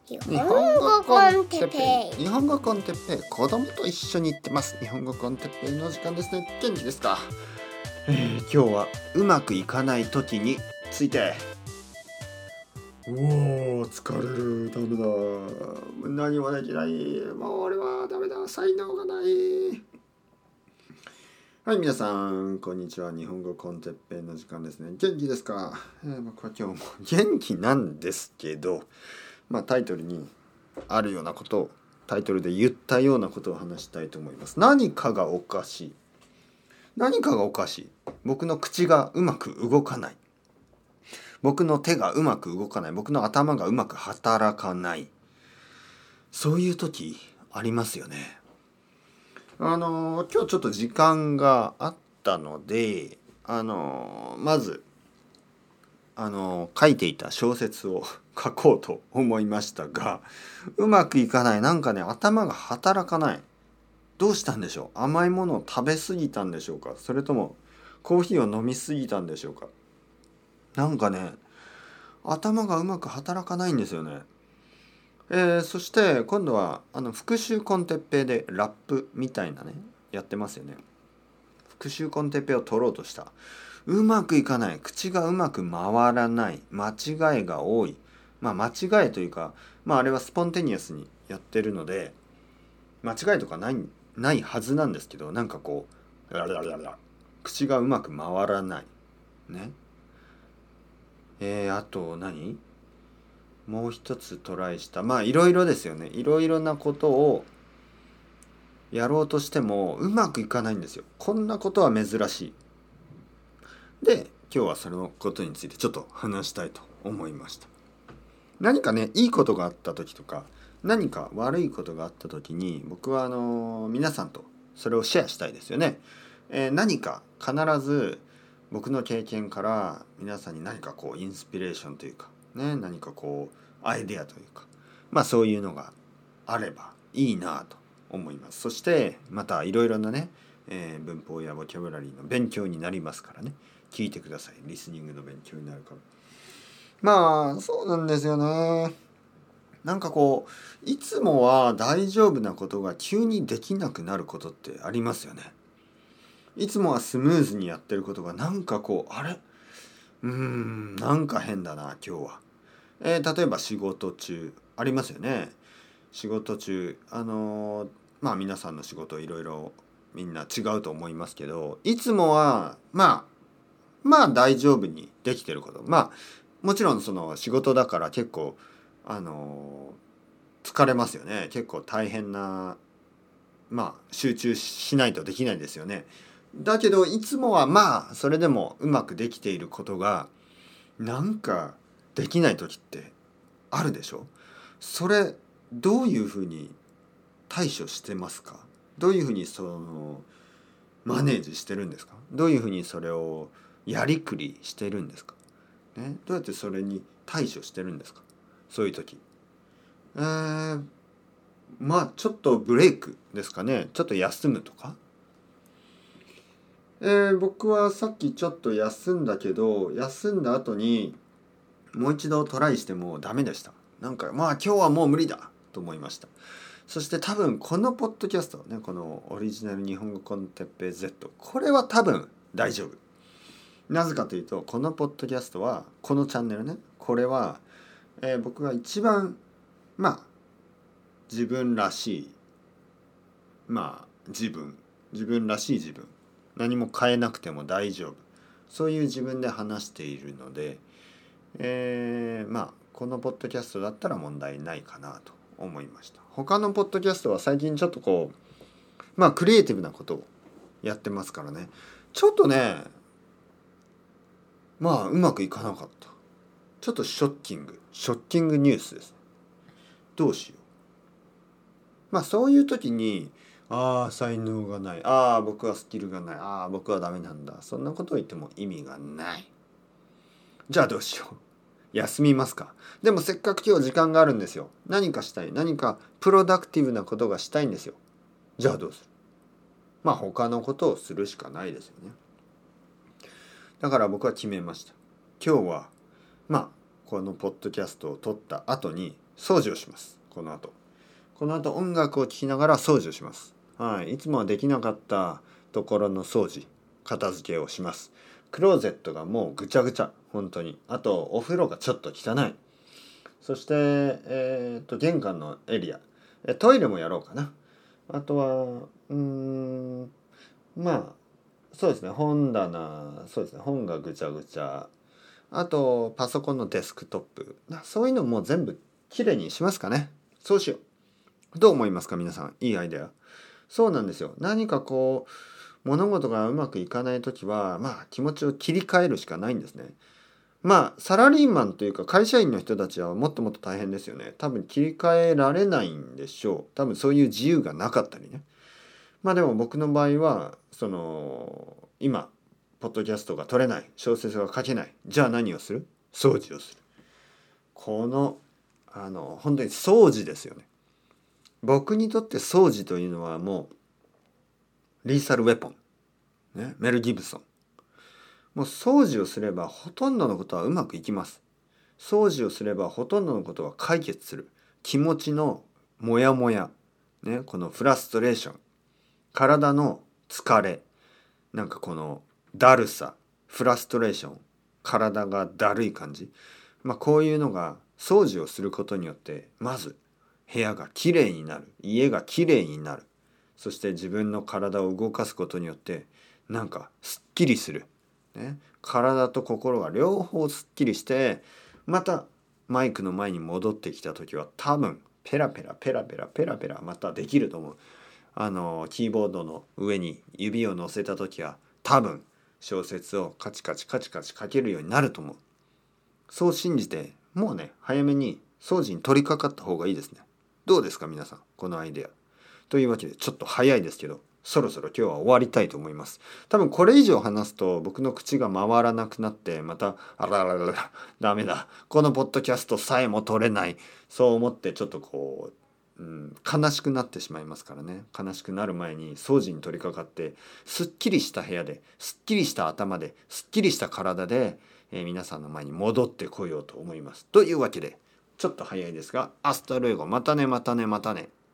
日本語コンテッペイ。日本語コンテッペイ、子供と一緒に行ってます。日本語コンテッペイの時間ですね。元気ですか？今日はうまくいかない時について。疲れる。ダメだ。何もできない。もう俺はダメだ。才能がない。はい、皆さんこんにちは。日本語コンテッペイの時間ですね。元気ですか？僕は今日も元気なんですけど、タイトルにあるようなことを、タイトルで言ったようなことを話したいと思います。何かがおかしい。何かがおかしい。僕の口がうまく動かない。僕の手がうまく動かない。僕の頭がうまく働かない。そういう時ありますよね。今日ちょっと時間があったので、まず書いていた小説を書こうと思いましたが、うまくいかない。なんかね、頭が働かない。どうしたんでしょう。甘いものを食べ過ぎたんでしょうか。それともコーヒーを飲み過ぎたんでしょうか。なんかね、頭がうまく働かないんですよね。そして今度は復習コンテッペイでラップみたいなね、やってますよね。復習コンテッペイを取ろうとした。うまくいかない。口がうまく回らない。間違いが多い。間違いというか、あれはスポンテニアスにやってるので、間違いとかないはずなんですけど、なんかこう、口がうまく回らない。ね。あともう一つトライした。いろいろですよね。いろいろなことをやろうとしてもうまくいかないんですよ。こんなことは珍しい。で、今日はそのことについてちょっと話したいと思いました。何かね、いいことがあった時とか、何か悪いことがあった時に、僕は皆さんとそれをシェアしたいですよね。何か必ず僕の経験から皆さんに何かこうインスピレーションというか、ね、何かこうアイデアというか、そういうのがあればいいなと思います。そしてまたいろいろなね、文法やボキャブラリーの勉強になりますからね。聞いてください。リスニングの勉強になるから。そうなんですよね。なんかこういつもは大丈夫なことが急にできなくなることってありますよね。いつもはスムーズにやってることがなんかこうなんか変だな今日は。例えば仕事中ありますよね。仕事中皆さんの仕事いろいろみんな違うと思いますけど、いつもは大丈夫にできてること、もちろんその仕事だから結構疲れますよね。結構大変な集中しないとできないですよね。だけどいつもはそれでもうまくできていることがなんかできない時ってあるでしょ。それどういうふうに対処してますか？どういうふうにマネージしてるんですか？どういうふうにそれをやりくりしてるんですか？ね、どうやってそれに対処してるんですか？そういう時。ちょっとブレイクですかね。ちょっと休むとか。僕はさっきちょっと休んだけど、休んだ後にもう一度トライしてもダメでした。なんか今日はもう無理だと思いました。そして多分このポッドキャストね、このオリジナル日本語コンテッペイ Z、これは多分大丈夫。なぜかというと、このポッドキャストは、このチャンネルね、これは、僕が一番自分らしい自分らしい自分、何も変えなくても大丈夫、そういう自分で話しているので、このポッドキャストだったら問題ないかなと思いました。他のポッドキャストは最近ちょっとこうクリエイティブなことをやってますからね、ちょっとねうまくいかなかった。ちょっとショッキングニュースです。どうしよう。そういう時に才能がない、僕はスキルがない、僕はダメなんだ、そんなことを言っても意味がない。じゃあどうしよう。休みますか。でもせっかく今日時間があるんですよ。何かしたい、何かプロダクティブなことがしたいんですよ。じゃあどうする。他のことをするしかないですよね。だから僕は決めました。今日はこのポッドキャストを撮った後に掃除をします。この後音楽を聴きながら掃除をします。はい、いつもはできなかったところの掃除、片付けをします。クローゼットがもうぐちゃぐちゃ、本当に。あとお風呂がちょっと汚い。そして、玄関のエリア、トイレもやろうかな。あとはまあそうですね、そうですね、本がぐちゃぐちゃ。あとパソコンのデスクトップ、そういうのも全部きれいにしますかね。そうしよう。どう思いますか皆さん。いいアイデア。そうなんですよ。何かこう物事がうまくいかない時は気持ちを切り替えるしかないんですね。サラリーマンというか会社員の人たちはもっともっと大変ですよね。多分切り替えられないんでしょう。多分そういう自由がなかったりね。でも僕の場合は今ポッドキャストが撮れない、小説が書けない、じゃあ何をする？掃除をする。この本当に掃除ですよね。僕にとって掃除というのはもうリーサルウェポン、ね、メル・ギブソン。もう掃除をすればほとんどのことはうまくいきます。掃除をすればほとんどのことは解決する。気持ちのモヤモヤ、ね、このフラストレーション、体の疲れ、このだるさ、フラストレーション、体がだるい感じ、こういうのが掃除をすることによってまず部屋がきれいになる、家がきれいになる。そして自分の体を動かすことによってすっきりする、ね、体と心が両方すっきりして、またマイクの前に戻ってきた時は多分ペラペラペラペラペラペラまたできると思う。キーボードの上に指を乗せた時は多分小説をカチカチカチカチ書けるようになると思う。そう信じてもうね、早めに掃除に取り掛かった方がいいですね。どうですか皆さん、このアイデア。というわけでちょっと早いですけど、そろそろ今日は終わりたいと思います。多分これ以上話すと僕の口が回らなくなって、またあららららダメだ、このポッドキャストさえも取れない、そう思ってちょっと悲しくなってしまいますからね。悲しくなる前に掃除に取り掛かって、すっきりした部屋ですっきりした頭ですっきりした体で、皆さんの前に戻ってこようと思います。というわけでちょっと早いですが、アスタルエゴ、またねまたねまたね。